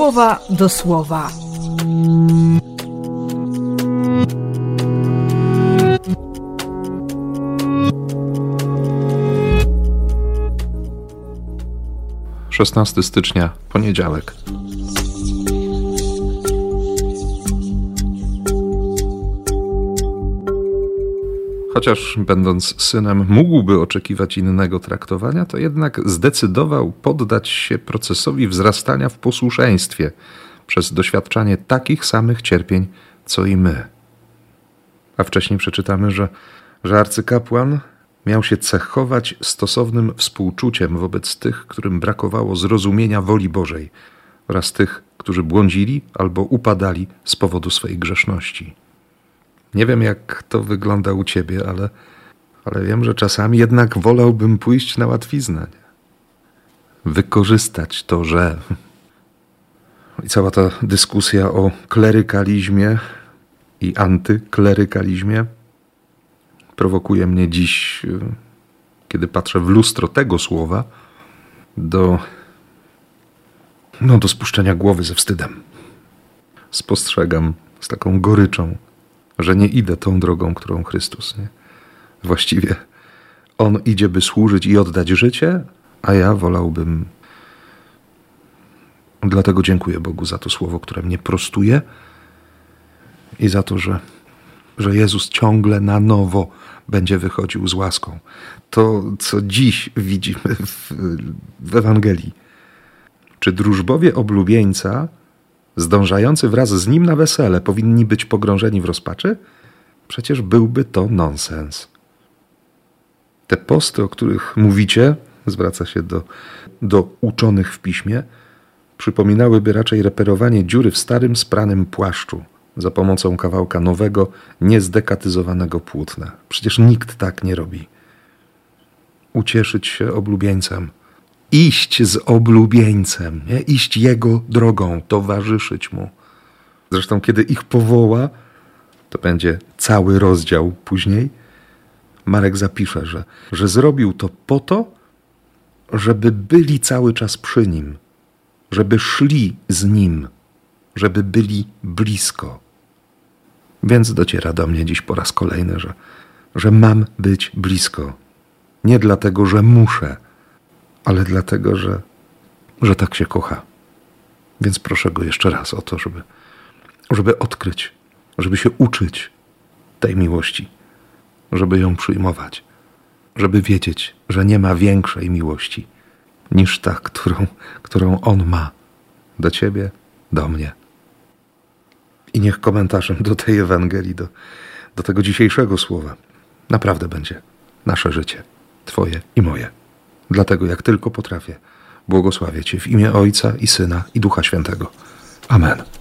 Słowa do słowa. Szesnasty stycznia, poniedziałek. Chociaż będąc synem mógłby oczekiwać innego traktowania, to jednak zdecydował poddać się procesowi wzrastania w posłuszeństwie przez doświadczanie takich samych cierpień, co i my. A wcześniej przeczytamy, że arcykapłan miał się cechować stosownym współczuciem wobec tych, którym brakowało zrozumienia woli Bożej oraz tych, którzy błądzili albo upadali z powodu swej grzeszności. Nie wiem, jak to wygląda u ciebie, ale wiem, że czasami jednak wolałbym pójść na łatwiznę. Wykorzystać to, że... I cała ta dyskusja o klerykalizmie i antyklerykalizmie prowokuje mnie dziś, kiedy patrzę w lustro tego słowa, do spuszczenia głowy ze wstydem. Spostrzegam z taką goryczą, że nie idę tą drogą, którą Chrystus. Nie? Właściwie On idzie, by służyć i oddać życie, a ja wolałbym... Dlatego dziękuję Bogu za to słowo, które mnie prostuje i za to, że Jezus ciągle na nowo będzie wychodził z łaską. To, co dziś widzimy w Ewangelii. Czy drużbowie oblubieńca zdążający wraz z nim na wesele powinni być pogrążeni w rozpaczy? Przecież byłby to nonsens. Te posty, o których mówicie, zwraca się do uczonych w piśmie, przypominałyby raczej reperowanie dziury w starym, spranym płaszczu za pomocą kawałka nowego, niezdekatyzowanego płótna. Przecież nikt tak nie robi. Ucieszyć się oblubieńcem. Iść z oblubieńcem, nie? Iść jego drogą, towarzyszyć mu. Zresztą, kiedy ich powoła, to będzie cały rozdział później, Marek zapisze, że zrobił to po to, żeby byli cały czas przy nim, żeby szli z nim, żeby byli blisko. Więc dociera do mnie dziś po raz kolejny, że mam być blisko. Nie dlatego, że muszę, ale dlatego, że tak się kocha. Więc proszę Go jeszcze raz o to, żeby odkryć, żeby się uczyć tej miłości, żeby ją przyjmować, żeby wiedzieć, że nie ma większej miłości niż ta, którą On ma do ciebie, do mnie. I niech komentarzem do tej Ewangelii, do tego dzisiejszego słowa naprawdę będzie nasze życie, twoje i moje. Dlatego, jak tylko potrafię, błogosławię Cię w imię Ojca i Syna i Ducha Świętego. Amen.